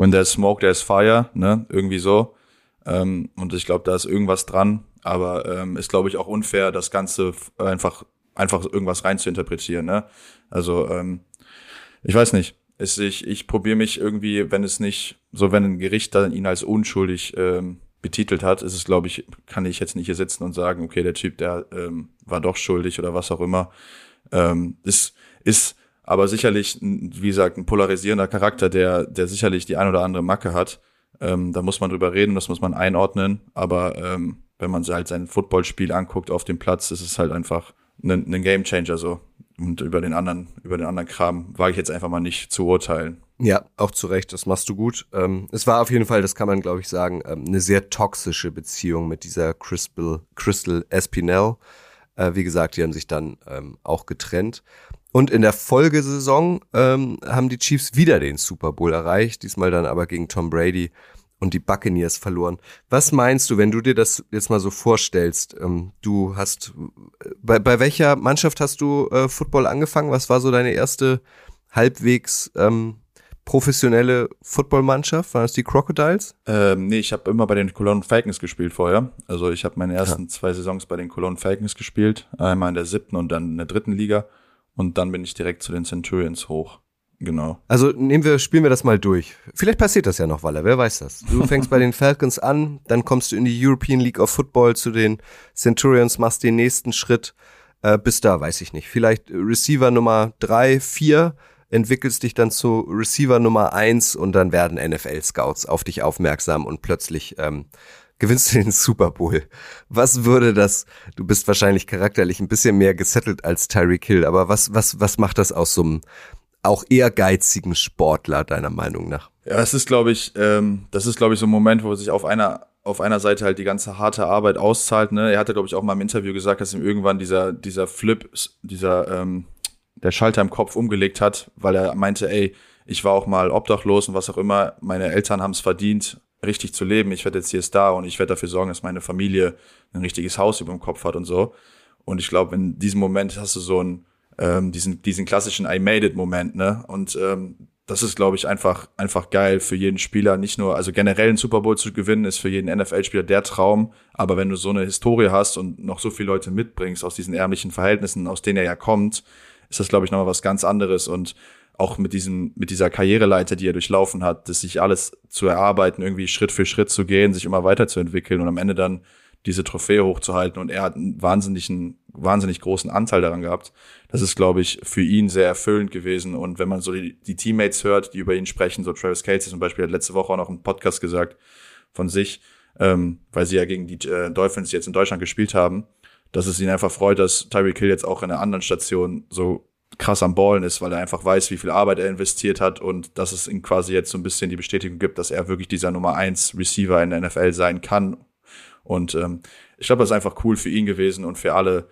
when there's smoke, there's fire, ne, irgendwie so. Ähm, und ich glaube, da ist irgendwas dran, aber ähm, ist, glaube ich, auch unfair, das Ganze einfach einfach irgendwas rein zu interpretieren, ne? Also, ähm, ich weiß nicht. Es, ich ich probiere mich irgendwie, wenn es nicht, so wenn ein Gericht dann ihn als unschuldig ähm, betitelt hat, ist es, glaube ich, kann ich jetzt nicht hier sitzen und sagen, okay, der Typ, der ähm, war doch schuldig oder was auch immer. Ähm, ist, ist aber sicherlich, wie gesagt, ein polarisierender Charakter, der der sicherlich die ein oder andere Macke hat. Ähm, da muss man drüber reden, das muss man einordnen. Aber ähm, wenn man halt sein Footballspiel anguckt auf dem Platz, ist es halt einfach ein, ein Gamechanger so. Und über den anderen, über den anderen Kram wage ich jetzt einfach mal nicht zu urteilen. Ja, auch zu Recht, das machst du gut. Ähm, es war auf jeden Fall, das kann man glaube ich sagen, ähm, eine sehr toxische Beziehung mit dieser Crystal, Crystal Espinel. Äh, wie gesagt, die haben sich dann ähm, auch getrennt. Und in der Folgesaison ähm, haben die Chiefs wieder den Super Bowl erreicht, diesmal dann aber gegen Tom Brady und die Buccaneers verloren. Was meinst du, wenn du dir das jetzt mal so vorstellst? Ähm, du hast, bei, bei welcher Mannschaft hast du äh, Football angefangen? Was war so deine erste halbwegs ähm, professionelle Footballmannschaft? Waren das die Crocodiles? Ähm, nee, ich habe immer bei den Cologne Falcons gespielt vorher. Also ich habe meine ersten ja. zwei Saisons bei den Cologne Falcons gespielt. Einmal in der siebten und dann in der dritten Liga. Und dann bin ich direkt zu den Centurions hoch. Genau. Also nehmen wir, spielen wir das mal durch. Vielleicht passiert das ja noch, Walle, wer weiß das. Du fängst bei den Falcons an, dann kommst du in die European League of Football zu den Centurions, machst den nächsten Schritt. Äh, bis da, weiß ich nicht. Vielleicht Receiver Nummer drei, vier, entwickelst dich dann zu Receiver Nummer eins und dann werden N F L-Scouts auf dich aufmerksam und plötzlich ähm, gewinnst du den Super Bowl. Was würde das, du bist wahrscheinlich charakterlich ein bisschen mehr gesettelt als Tyreek Hill, aber was, was, was macht das aus so einem auch ehrgeizigen Sportler, deiner Meinung nach? Ja, das ist, glaube ich, ähm, das ist, glaube ich, so ein Moment, wo sich auf einer, auf einer Seite halt die ganze harte Arbeit auszahlt, ne? Er hatte, glaube ich, auch mal im Interview gesagt, dass ihm irgendwann dieser, dieser Flip, dieser, ähm, der Schalter im Kopf umgelegt hat, weil er meinte, ey, ich war auch mal obdachlos und was auch immer, meine Eltern haben es verdient, richtig zu leben, ich werde jetzt hier Star und ich werde dafür sorgen, dass meine Familie ein richtiges Haus über dem Kopf hat und so. Und ich glaube, in diesem Moment hast du so einen, ähm, diesen, diesen klassischen I made it Moment, ne? Und ähm, das ist, glaube ich, einfach, einfach geil für jeden Spieler, nicht nur, also generell einen Super Bowl zu gewinnen, ist für jeden N F L-Spieler der Traum, aber wenn du so eine Historie hast und noch so viele Leute mitbringst aus diesen ärmlichen Verhältnissen, aus denen er ja kommt, ist das, glaube ich, nochmal was ganz anderes und auch mit diesem, mit dieser Karriereleiter, die er durchlaufen hat, das sich alles zu erarbeiten, irgendwie Schritt für Schritt zu gehen, sich immer weiterzuentwickeln und am Ende dann diese Trophäe hochzuhalten und er hat einen wahnsinnigen, wahnsinnig großen Anteil daran gehabt. Das ist, glaube ich, für ihn sehr erfüllend gewesen und wenn man so die, die Teammates hört, die über ihn sprechen, so Travis Kelce zum Beispiel hat letzte Woche auch noch einen Podcast gesagt von sich, ähm, weil sie ja gegen die äh, Dolphins jetzt in Deutschland gespielt haben, dass es ihn einfach freut, dass Tyreek Hill jetzt auch in einer anderen Station so krass am Ballen ist, weil er einfach weiß, wie viel Arbeit er investiert hat und dass es ihm quasi jetzt so ein bisschen die Bestätigung gibt, dass er wirklich dieser Nummer eins Receiver in der N F L sein kann. Und ähm, ich glaube, das ist einfach cool für ihn gewesen und für alle,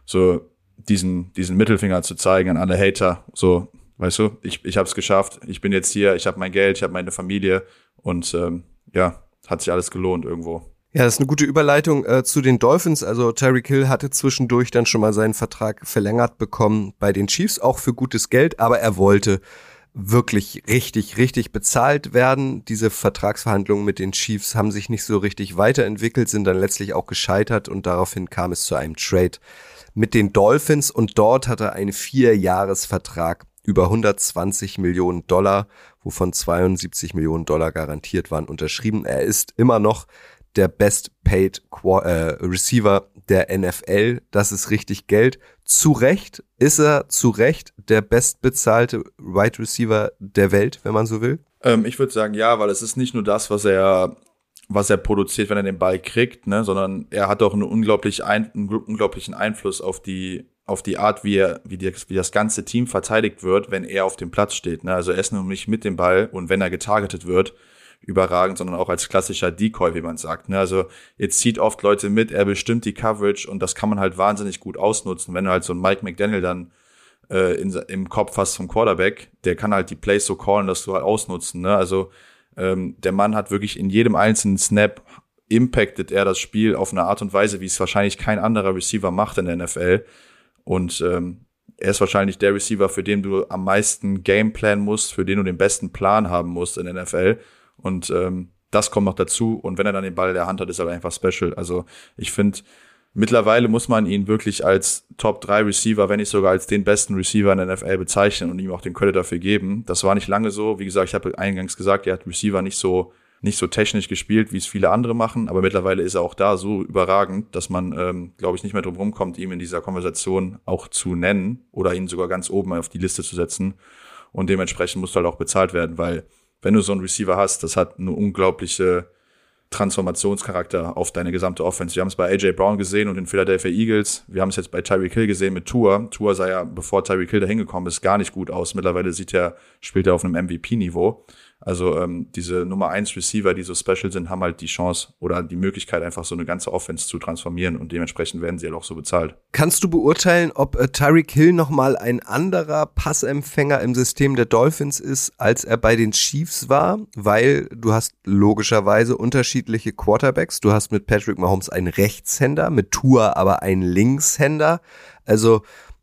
so diesen diesen Mittelfinger zu zeigen an alle Hater. So, weißt du, ich ich habe es geschafft, ich bin jetzt hier, ich habe mein Geld, ich habe meine Familie und ähm, ja, hat sich alles gelohnt irgendwo. Ja, das ist eine gute Überleitung äh, zu den Dolphins. Also Tyreek Hill hatte zwischendurch dann schon mal seinen Vertrag verlängert bekommen bei den Chiefs, auch für gutes Geld, aber er wollte wirklich richtig, richtig bezahlt werden. Diese Vertragsverhandlungen mit den Chiefs haben sich nicht so richtig weiterentwickelt, sind dann letztlich auch gescheitert und daraufhin kam es zu einem Trade mit den Dolphins und dort hat er einen Vierjahresvertrag über hundertzwanzig Millionen Dollar, wovon zweiundsiebzig Millionen Dollar garantiert waren, unterschrieben. Er ist immer noch der best paid Qu- äh, Receiver der N F L. Das ist richtig Geld. Zu Recht ist er zu Recht der bestbezahlte Wide Receiver der Welt, wenn man so will. Ähm, ich würde sagen, ja, weil es ist nicht nur das, was er was er produziert, wenn er den Ball kriegt, ne, sondern er hat auch einen, unglaublich ein, einen unglaublichen Einfluss auf die auf die Art, wie er wie, die, wie das ganze Team verteidigt wird, wenn er auf dem Platz steht. Ne? Also er ist nämlich mit dem Ball und wenn er getargetet wird, überragend, sondern auch als klassischer Decoy, wie man sagt. Ne? Also jetzt zieht oft Leute mit, er bestimmt die Coverage und das kann man halt wahnsinnig gut ausnutzen. Wenn du halt so einen Mike McDaniel dann äh, in, im Kopf hast vom Quarterback, der kann halt die Plays so callen, dass du halt ausnutzen. Ne? Also ähm, der Mann hat wirklich in jedem einzelnen Snap impactet er das Spiel auf eine Art und Weise, wie es wahrscheinlich kein anderer Receiver macht in der N F L. Und ähm, er ist wahrscheinlich der Receiver, für den du am meisten Gameplan musst, für den du den besten Plan haben musst in der N F L. Und ähm, das kommt noch dazu. Und wenn er dann den Ball in der Hand hat, ist er einfach special. Also ich finde, mittlerweile muss man ihn wirklich als Top drei Receiver, wenn nicht sogar als den besten Receiver in der N F L bezeichnen und ihm auch den Credit dafür geben. Das war nicht lange so. Wie gesagt, ich habe eingangs gesagt, er hat Receiver nicht so nicht so technisch gespielt, wie es viele andere machen, aber mittlerweile ist er auch da so überragend, dass man, ähm, glaube ich, nicht mehr drum rumkommt, ihm in dieser Konversation auch zu nennen oder ihn sogar ganz oben auf die Liste zu setzen. Und dementsprechend muss halt auch bezahlt werden, weil wenn du so einen Receiver hast, das hat eine unglaubliche Transformationscharakter auf deine gesamte Offense. Wir haben es bei A J Brown gesehen und den Philadelphia Eagles. Wir haben es jetzt bei Tyreek Hill gesehen mit Tua. Tua sah ja, bevor Tyreek Hill da hingekommen ist, gar nicht gut aus. Mittlerweile sieht er, spielt er auf einem M V P-Niveau. Also ähm, diese Nummer eins Receiver, die so special sind, haben halt die Chance oder die Möglichkeit, einfach so eine ganze Offense zu transformieren und dementsprechend werden sie halt auch so bezahlt. Kannst du beurteilen, ob äh, Tyreek Hill nochmal ein anderer Passempfänger im System der Dolphins ist, als er bei den Chiefs war? Weil du hast logischerweise unterschiedliche Quarterbacks. Du hast mit Patrick Mahomes einen Rechtshänder, mit Tua aber einen Linkshänder. Also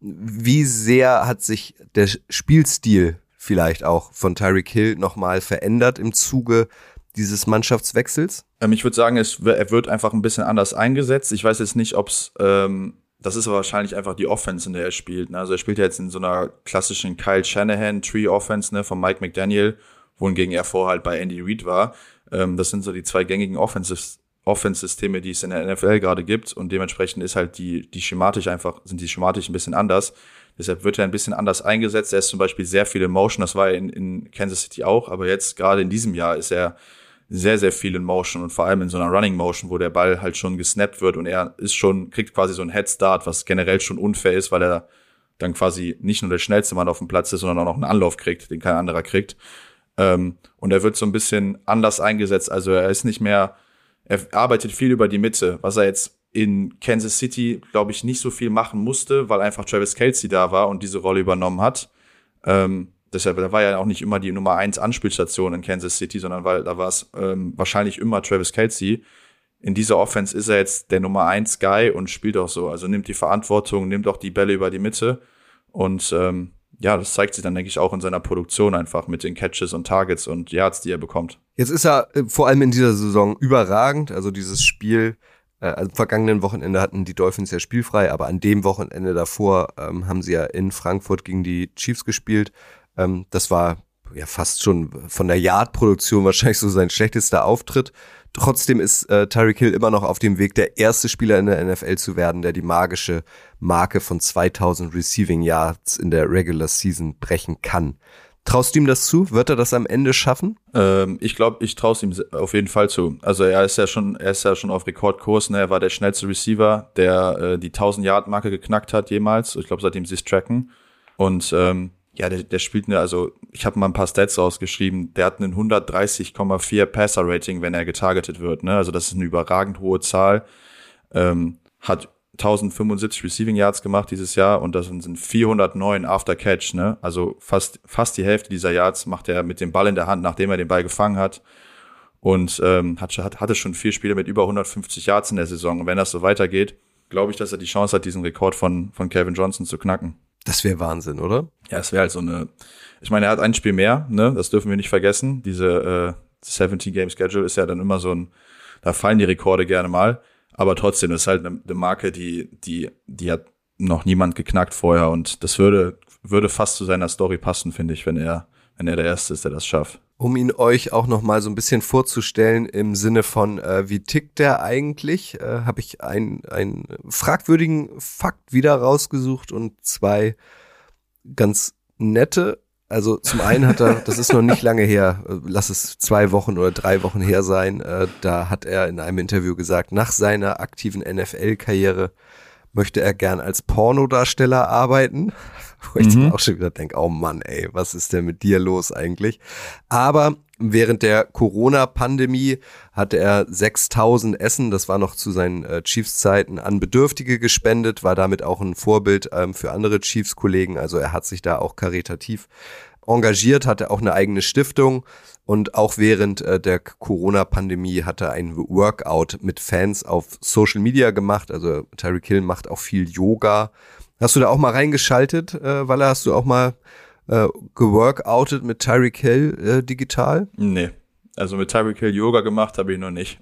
wie sehr hat sich der Spielstil vielleicht auch von Tyreek Hill nochmal verändert im Zuge dieses Mannschaftswechsels? Ähm, ich würde sagen, es, er wird einfach ein bisschen anders eingesetzt. Ich weiß jetzt nicht, ob es, ähm, das ist wahrscheinlich einfach die Offense, in der er spielt. Ne? Also er spielt ja jetzt in so einer klassischen Kyle Shanahan Tree Offense, ne, von Mike McDaniel, wohingegen er vorher halt bei Andy Reid war. Ähm, das sind so die zwei gängigen Offensive Offense-Systeme, die es in der N F L gerade gibt und dementsprechend ist halt die, die schematisch einfach, sind die schematisch ein bisschen anders. Deshalb wird er ein bisschen anders eingesetzt. Er ist zum Beispiel sehr viel in Motion, das war er in, in Kansas City auch, aber jetzt gerade in diesem Jahr ist er sehr, sehr viel in Motion und vor allem in so einer Running Motion, wo der Ball halt schon gesnappt wird und er ist schon, kriegt quasi so einen Head Start, was generell schon unfair ist, weil er dann quasi nicht nur der schnellste Mann auf dem Platz ist, sondern auch noch einen Anlauf kriegt, den kein anderer kriegt. Ähm, und er wird so ein bisschen anders eingesetzt, also er ist nicht mehr, er arbeitet viel über die Mitte, was er jetzt in Kansas City, glaube ich, nicht so viel machen musste, weil einfach Travis Kelce da war und diese Rolle übernommen hat. Ähm, deshalb, da war ja auch nicht immer die Nummer eins Anspielstation in Kansas City, sondern weil da war es ähm, wahrscheinlich immer Travis Kelce. In dieser Offense ist er jetzt der Nummer eins Guy und spielt auch so. Also nimmt die Verantwortung, nimmt auch die Bälle über die Mitte. Und ähm, ja, das zeigt sich dann, denke ich, auch in seiner Produktion einfach mit den Catches und Targets und Yards, die er bekommt. Jetzt ist er äh, vor allem in dieser Saison überragend. Also dieses Spiel, am vergangenen Wochenende hatten die Dolphins ja spielfrei, aber an dem Wochenende davor ähm, haben sie ja in Frankfurt gegen die Chiefs gespielt. Ähm, das war ja fast schon von der Yard-Produktion wahrscheinlich so sein schlechtester Auftritt. Trotzdem ist äh, Tyreek Hill immer noch auf dem Weg, der erste Spieler in der N F L zu werden, der die magische Marke von zweitausend Receiving Yards in der Regular Season brechen kann. Traust du ihm das zu? Wird er das am Ende schaffen? Ähm, ich glaube, ich traue es ihm auf jeden Fall zu. Also er ist ja schon, er ist ja schon auf Rekordkurs. Ne? Er war der schnellste Receiver, der äh, die tausend-Yard-Marke geknackt hat jemals. Ich glaube, seitdem sie es tracken. Und ähm, ja, der, der spielt eine, also ich habe mal ein paar Stats rausgeschrieben. Der hat einen hundertdreißig Komma vier Passer-Rating, wenn er getargetet wird. Ne? Also das ist eine überragend hohe Zahl. Ähm, hat tausendfünfundsiebzig Receiving Yards gemacht dieses Jahr und das sind vierhundertneun After Catch, ne? Also fast fast die Hälfte dieser Yards macht er mit dem Ball in der Hand, nachdem er den Ball gefangen hat und ähm, hat, hat hatte schon vier Spiele mit über hundertfünfzig Yards in der Saison und wenn das so weitergeht, glaube ich, dass er die Chance hat, diesen Rekord von von Calvin Johnson zu knacken. Das wäre Wahnsinn, oder? Ja, es wäre halt so eine, ich meine, er hat ein Spiel mehr, ne? Das dürfen wir nicht vergessen. Diese äh, siebzehn Game Schedule ist ja dann immer so ein, da fallen die Rekorde gerne mal. Aber trotzdem ist halt eine, eine Marke, die, die, die hat noch niemand geknackt vorher und das würde, würde fast zu seiner Story passen, finde ich, wenn er, wenn er der Erste ist, der das schafft. Um ihn euch auch noch mal so ein bisschen vorzustellen im Sinne von, äh, wie tickt der eigentlich, äh, habe ich einen, einen fragwürdigen Fakt wieder rausgesucht und zwei ganz nette. Also zum einen hat er, das ist noch nicht lange her, lass es zwei Wochen oder drei Wochen her sein, äh, da hat er in einem Interview gesagt, nach seiner aktiven N F L-Karriere möchte er gern als Pornodarsteller arbeiten. Wo ich mhm. dann auch schon wieder denke, oh Mann, ey, was ist denn mit dir los eigentlich? Aber während der Corona-Pandemie hatte er sechstausend Essen, das war noch zu seinen äh, Chiefs-Zeiten, an Bedürftige gespendet, war damit auch ein Vorbild ähm, für andere Chiefs-Kollegen. Also er hat sich da auch karitativ engagiert, hatte auch eine eigene Stiftung und auch während äh, der Corona-Pandemie hat er ein Workout mit Fans auf Social Media gemacht. Also Tyreek Hill macht auch viel Yoga Hast du da auch mal reingeschaltet, äh, Walle? Hast du auch mal äh, geworkoutet mit Tyreek Hill äh, digital? Nee, also mit Tyreek Hill Yoga gemacht habe ich noch nicht.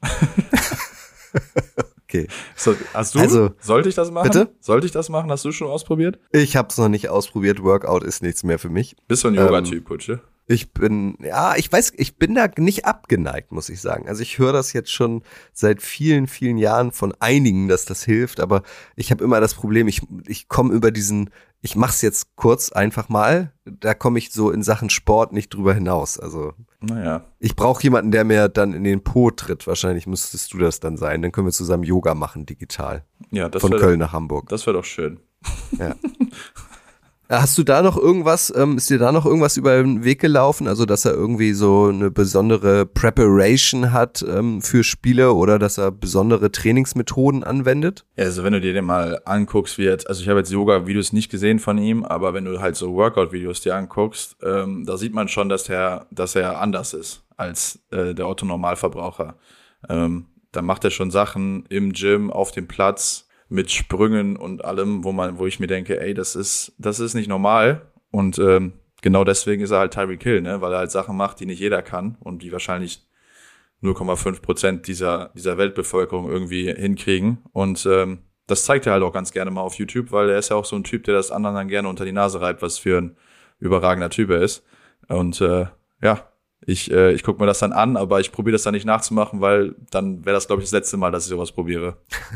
Okay. So, hast du? Also, sollte ich das machen? Bitte? Sollte ich das machen? Hast du schon ausprobiert? Ich habe es noch nicht ausprobiert. Workout ist nichts mehr für mich. Bist du ein Yoga-Typ, Kutsche? Ich bin, ja, ich weiß, ich bin da nicht abgeneigt, muss ich sagen. Also ich höre das jetzt schon seit vielen, vielen Jahren von einigen, dass das hilft, aber ich habe immer das Problem, ich, ich komme über diesen, ich mach's jetzt kurz einfach mal, da komme ich so in Sachen Sport nicht drüber hinaus. Also naja. Ich brauche jemanden, der mir dann in den Po tritt. Wahrscheinlich müsstest du das dann sein. Dann können wir zusammen Yoga machen, digital. Ja, das Von wär Köln doch, nach Hamburg. Das wäre doch schön. Ja. Hast du da noch irgendwas, ähm, ist dir da noch irgendwas über den Weg gelaufen? Also, dass er irgendwie so eine besondere Preparation hat ähm, für Spiele oder dass er besondere Trainingsmethoden anwendet? Ja, also wenn du dir den mal anguckst, wie jetzt, also ich habe jetzt Yoga-Videos nicht gesehen von ihm, aber wenn du halt so Workout-Videos dir anguckst, ähm, da sieht man schon, dass er, dass er anders ist als äh, der Otto-Normalverbraucher. Ähm, da macht er schon Sachen im Gym, auf dem Platz, mit Sprüngen und allem, wo man, wo ich mir denke, ey, das ist, das ist nicht normal. Und ähm, genau deswegen ist er halt Tyreek Hill, ne, weil er halt Sachen macht, die nicht jeder kann und die wahrscheinlich null Komma fünf Prozent dieser dieser Weltbevölkerung irgendwie hinkriegen. Und ähm, das zeigt er halt auch ganz gerne mal auf YouTube, weil er ist ja auch so ein Typ, der das anderen dann gerne unter die Nase reibt, was für ein überragender Typ er ist. Und äh, ja, ich äh, ich gucke mir das dann an, aber ich probiere das dann nicht nachzumachen, weil dann wäre das, glaube ich, das letzte Mal, dass ich sowas probiere.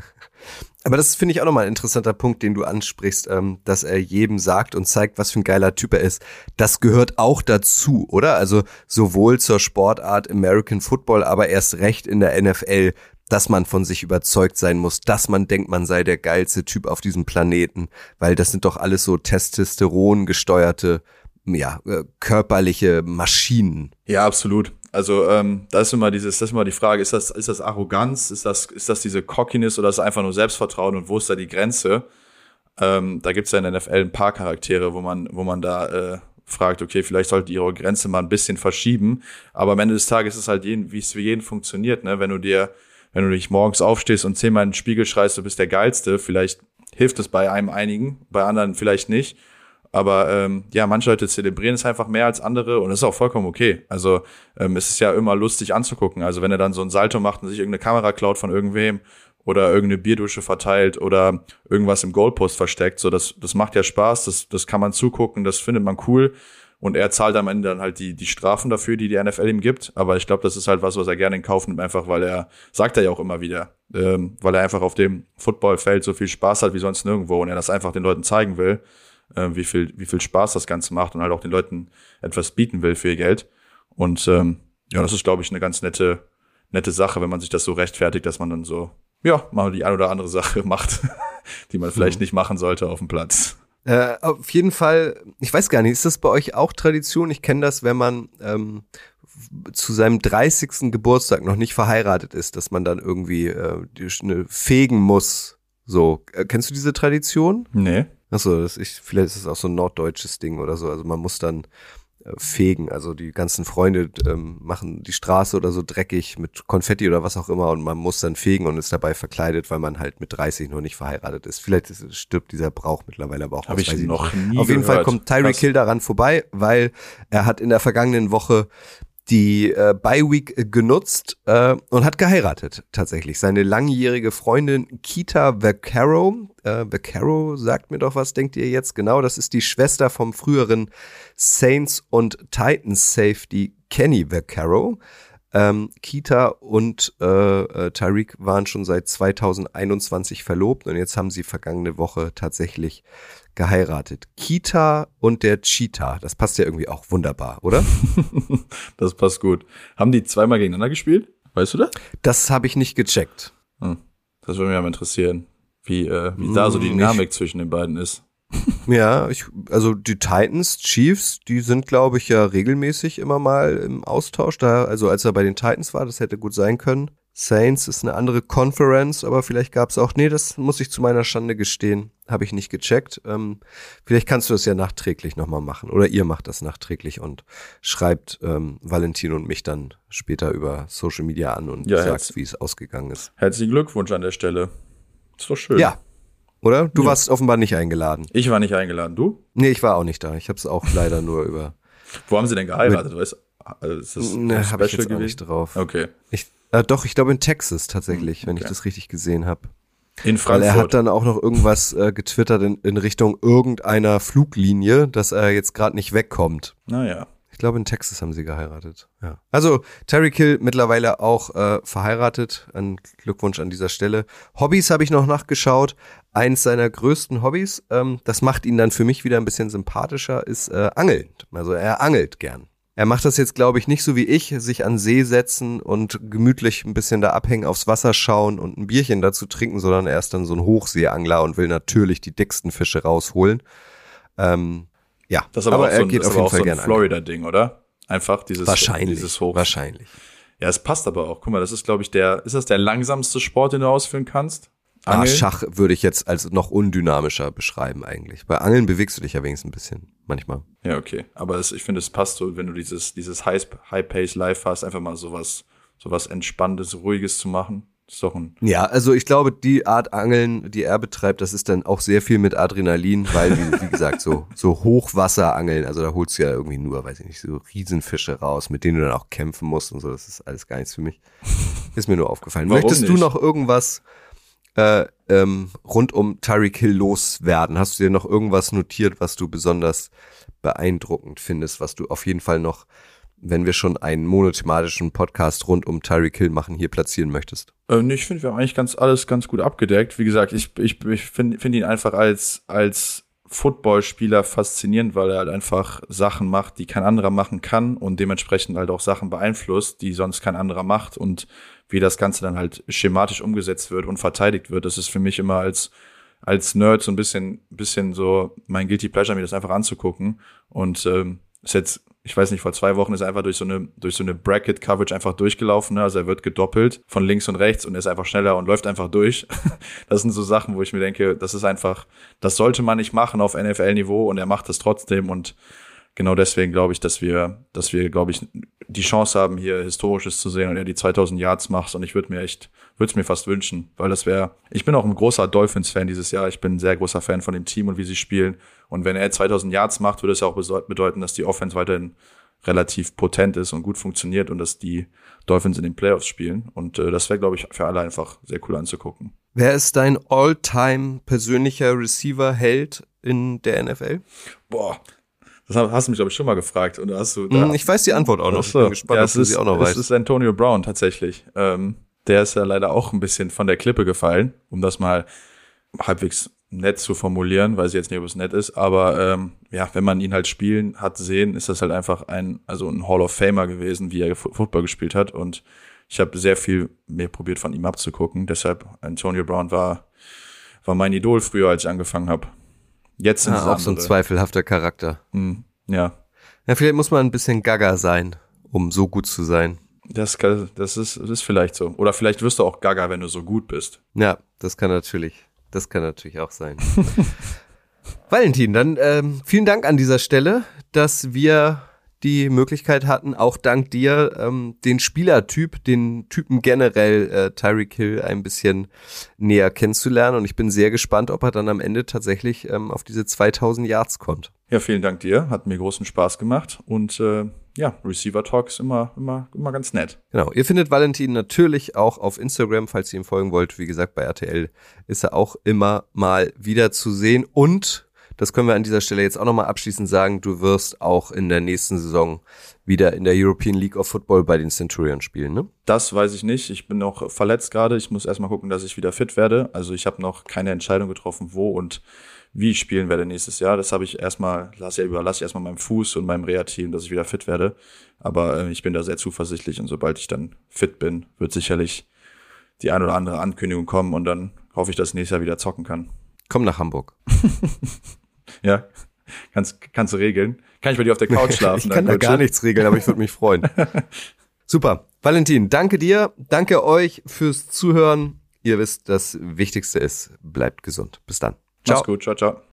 Aber das finde ich auch nochmal ein interessanter Punkt, den du ansprichst, ähm, dass er jedem sagt und zeigt, was für ein geiler Typ er ist. Das gehört auch dazu, oder? Also sowohl zur Sportart American Football, aber erst recht in der N F L, dass man von sich überzeugt sein muss, dass man denkt, man sei der geilste Typ auf diesem Planeten, weil das sind doch alles so Testosteron gesteuerte, ja, äh, körperliche Maschinen. Ja, absolut. Also ähm, da ist immer dieses, das ist immer die Frage, ist das, ist das Arroganz, ist das, ist das diese Cockiness oder ist es einfach nur Selbstvertrauen und wo ist da die Grenze? Ähm, da gibt's ja in der N F L ein paar Charaktere, wo man, wo man da äh, fragt, okay, vielleicht sollte ihre Grenze mal ein bisschen verschieben, aber am Ende des Tages ist es halt jeden, wie es für jeden funktioniert, ne? Wenn du dir, wenn du dich morgens aufstehst und zehnmal in den Spiegel schreist, du bist der Geilste, vielleicht hilft es bei einem einigen, bei anderen vielleicht nicht. Aber ähm, ja, manche Leute zelebrieren es einfach mehr als andere und das ist auch vollkommen okay. Also ähm, es ist ja immer lustig anzugucken. Also wenn er dann so ein Salto macht und sich irgendeine Kamera klaut von irgendwem oder irgendeine Bierdusche verteilt oder irgendwas im Goalpost versteckt, so das das macht ja Spaß, das das kann man zugucken, das findet man cool und er zahlt am Ende dann halt die die Strafen dafür, die die N F L ihm gibt. Aber ich glaube, das ist halt was, was er gerne in Kauf nimmt, einfach weil er, sagt er ja auch immer wieder, ähm, weil er einfach auf dem Footballfeld so viel Spaß hat wie sonst nirgendwo und er das einfach den Leuten zeigen will. Wie viel, wie viel Spaß das Ganze macht und halt auch den Leuten etwas bieten will für ihr Geld. Und ähm, ja, das ist, glaube ich, eine ganz nette, nette Sache, wenn man sich das so rechtfertigt, dass man dann so, ja, mal die eine oder andere Sache macht, die man vielleicht mhm. nicht machen sollte auf dem Platz. Äh, auf jeden Fall, ich weiß gar nicht, ist das bei euch auch Tradition? Ich kenne das, wenn man ähm, zu seinem dreißigsten Geburtstag noch nicht verheiratet ist, dass man dann irgendwie äh, eine fegen muss. So, äh, kennst du diese Tradition? Nee. Achso, das ist, vielleicht ist es auch so ein norddeutsches Ding oder so. Also man muss dann äh, fegen. Also die ganzen Freunde ähm, machen die Straße oder so dreckig mit Konfetti oder was auch immer und man muss dann fegen und ist dabei verkleidet, weil man halt mit dreißig noch nicht verheiratet ist. Vielleicht ist, stirbt dieser Brauch mittlerweile aber auch. Habe ich noch nie Auf jeden gehört. Fall kommt Tyreek Hill daran vorbei, weil er hat in der vergangenen Woche die äh, Bye-Week äh, genutzt äh, und hat geheiratet tatsächlich. Seine langjährige Freundin Keita Vaccaro, äh, Vaccaro sagt mir doch was, denkt ihr jetzt? Genau, das ist die Schwester vom früheren Saints und Titans Safety Kenny Vaccaro. Ähm, Keita und äh, äh, Tyreek waren schon seit zweitausendeinundzwanzig verlobt und jetzt haben sie vergangene Woche tatsächlich geheiratet. Keita und der Cheetah, das passt ja irgendwie auch wunderbar, oder? Das passt gut. Haben die zweimal gegeneinander gespielt? Weißt du das? Das habe ich nicht gecheckt. Hm. Das würde mich aber interessieren, wie, äh, wie da so die Dynamik ich, zwischen den beiden ist. Ja, ich, also die Titans, Chiefs, die sind, glaube ich, ja regelmäßig immer mal im Austausch. Da, also als er bei den Titans war, das hätte gut sein können. Saints ist eine andere Conference, aber vielleicht gab es auch, nee, das muss ich zu meiner Schande gestehen, habe ich nicht gecheckt. Ähm, vielleicht kannst du das ja nachträglich nochmal machen oder ihr macht das nachträglich und schreibt ähm, Valentin und mich dann später über Social Media an und ja, sagt, wie es ausgegangen ist. Herzlichen Glückwunsch an der Stelle. Ist doch schön. Ja, Oder? Du Ja. warst offenbar nicht eingeladen. Ich war nicht eingeladen. Du? Nee, ich war auch nicht da. Ich habe es auch leider nur über... Wo haben sie denn geheiratet? Weißt, also ist das Ne, ein habe ich Special jetzt auch gewesen? nicht drauf. Okay. Ich, äh, doch, ich glaube in Texas tatsächlich, Hm, wenn ich okay. das richtig gesehen habe. In Weil Frankfurt. er hat dann auch noch irgendwas äh, getwittert in, in Richtung irgendeiner Fluglinie, dass er jetzt gerade nicht wegkommt. Naja. Ich glaube, in Texas haben sie geheiratet. Ja. Also Tyreek Hill mittlerweile auch äh, verheiratet. Ein Glückwunsch an dieser Stelle. Hobbys habe ich noch nachgeschaut. Eins seiner größten Hobbys, ähm, das macht ihn dann für mich wieder ein bisschen sympathischer, ist äh, Angeln. Also er angelt gern. Er macht das jetzt, glaube ich, nicht so wie ich, sich an See setzen und gemütlich ein bisschen da abhängen, aufs Wasser schauen und ein Bierchen dazu trinken, sondern er ist dann so ein Hochseeangler und will natürlich die dicksten Fische rausholen. Ähm, ja, Das ist aber, aber auch er so ein, geht das auf ist aber jeden auch Fall so ein gerne angeln. Florida-Ding, oder? Einfach dieses, Wahrscheinlich, dieses Hoch. wahrscheinlich. Ja, es passt aber auch. Guck mal, das ist, glaube ich, der, ist das der langsamste Sport, den du ausführen kannst? Ah, Angeln? Schach würde ich jetzt als noch undynamischer beschreiben eigentlich. Bei Angeln bewegst du dich ja wenigstens ein bisschen, manchmal. Ja, okay. Aber es, ich finde, es passt so, wenn du dieses, dieses High- High-Pace-Life hast, einfach mal sowas, sowas Entspanntes, Ruhiges zu machen. Ist doch ein, Ja, also ich glaube, die Art Angeln, die er betreibt, das ist dann auch sehr viel mit Adrenalin, weil, wie, wie gesagt, so, so Hochwasserangeln, also da holst du ja irgendwie nur, weiß ich nicht, so Riesenfische raus, mit denen du dann auch kämpfen musst und so, das ist alles gar nichts für mich. Ist mir nur aufgefallen. Warum Möchtest du nicht? noch irgendwas äh, ähm, rund um Tyreek Hill loswerden? Hast du dir noch irgendwas notiert, was du besonders beeindruckend findest, was du auf jeden Fall noch, wenn wir schon einen monothematischen Podcast rund um Tyreek Hill machen, hier platzieren möchtest? Äh, nee, ich finde, wir haben eigentlich ganz alles ganz gut abgedeckt. Wie gesagt, ich, ich, ich finde find ihn einfach als, als Footballspieler faszinierend, weil er halt einfach Sachen macht, die kein anderer machen kann und dementsprechend halt auch Sachen beeinflusst, die sonst kein anderer macht, und wie das Ganze dann halt schematisch umgesetzt wird und verteidigt wird. Das ist für mich immer als als Nerd so ein bisschen bisschen so mein Guilty Pleasure, mir das einfach anzugucken. Und ähm, ist jetzt, ich weiß nicht, vor zwei Wochen ist er einfach durch so eine durch so eine Bracket Coverage einfach durchgelaufen, ne? Also er wird gedoppelt von links und rechts und er ist einfach schneller und läuft einfach durch. Das sind so Sachen, wo ich mir denke, das ist einfach, das sollte man nicht machen auf N F L-Niveau, und er macht das trotzdem. Und genau deswegen glaube ich, dass wir, dass wir, glaube ich, die Chance haben, hier Historisches zu sehen und er die zweitausend Yards macht. Und ich würde mir echt, würde es mir fast wünschen, weil das wäre, ich bin auch ein großer Dolphins-Fan dieses Jahr. Ich bin ein sehr großer Fan von dem Team und wie sie spielen. Und wenn er zweitausend Yards macht, würde es ja auch bedeuten, dass die Offense weiterhin relativ potent ist und gut funktioniert und dass die Dolphins in den Playoffs spielen. Und äh, das wäre, glaube ich, für alle einfach sehr cool anzugucken. Wer ist dein all-time persönlicher Receiver-Held in der N F L? Boah, das hast du mich, glaube ich, schon mal gefragt. Und da hast du, Hm, ich weiß die Antwort auch noch. Ach so. Ich bin gespannt, ja, ob du ist, sie auch noch es weißt. ist Antonio Brown tatsächlich. Ähm, der ist ja leider auch ein bisschen von der Klippe gefallen, um das mal halbwegs nett zu formulieren, weiß ich jetzt nicht, ob es nett ist, aber ähm, ja, wenn man ihn halt spielen hat sehen, ist das halt einfach ein, also ein Hall of Famer gewesen, wie er F- Football gespielt hat, und ich habe sehr viel mehr probiert von ihm abzugucken, deshalb Antonio Brown war war mein Idol früher, als ich angefangen habe. Jetzt sind es Ja, auch so ein andere. zweifelhafter Charakter. Hm, ja, Ja, vielleicht muss man ein bisschen gaga sein, um so gut zu sein. das, kann, das, ist, das ist vielleicht so. Oder vielleicht wirst du auch gaga, wenn du so gut bist. Ja, das kann natürlich, das kann natürlich auch sein. Valentin, dann ähm, vielen Dank an dieser Stelle, dass wir die Möglichkeit hatten, auch dank dir, ähm, den Spielertyp, den Typen generell äh, Tyreek Hill ein bisschen näher kennenzulernen. Und ich bin sehr gespannt, ob er dann am Ende tatsächlich ähm, auf diese zweitausend Yards kommt. Ja, vielen Dank dir. Hat mir großen Spaß gemacht. Und äh, ja, Receiver Talk ist immer, immer, immer ganz nett. Genau, ihr findet Valentin natürlich auch auf Instagram, falls ihr ihm folgen wollt. Wie gesagt, bei R T L ist er auch immer mal wieder zu sehen. Und das können wir an dieser Stelle jetzt auch nochmal abschließend sagen, du wirst auch in der nächsten Saison wieder in der European League of Football bei den Centurions spielen, ne? Das weiß ich nicht. Ich bin noch verletzt gerade. Ich muss erstmal gucken, dass ich wieder fit werde. Also ich habe noch keine Entscheidung getroffen, wo und wie ich spielen werde nächstes Jahr. Das habe ich erstmal, lasse ja überlasse ich erstmal meinem Fuß und meinem Reha-Team, dass ich wieder fit werde. Aber äh, ich bin da sehr zuversichtlich, und sobald ich dann fit bin, wird sicherlich die ein oder andere Ankündigung kommen, und dann hoffe ich, dass ich nächstes Jahr wieder zocken kann. Komm nach Hamburg. Ja, kannst, kannst du regeln. Kann ich bei dir auf der Couch schlafen? Ich kann da dann, gar Coach? nichts regeln, aber ich würde mich freuen. Super. Valentin, danke dir. Danke euch fürs Zuhören. Ihr wisst, das Wichtigste ist, bleibt gesund. Bis dann. Ciao. Mach's gut. Ciao, ciao.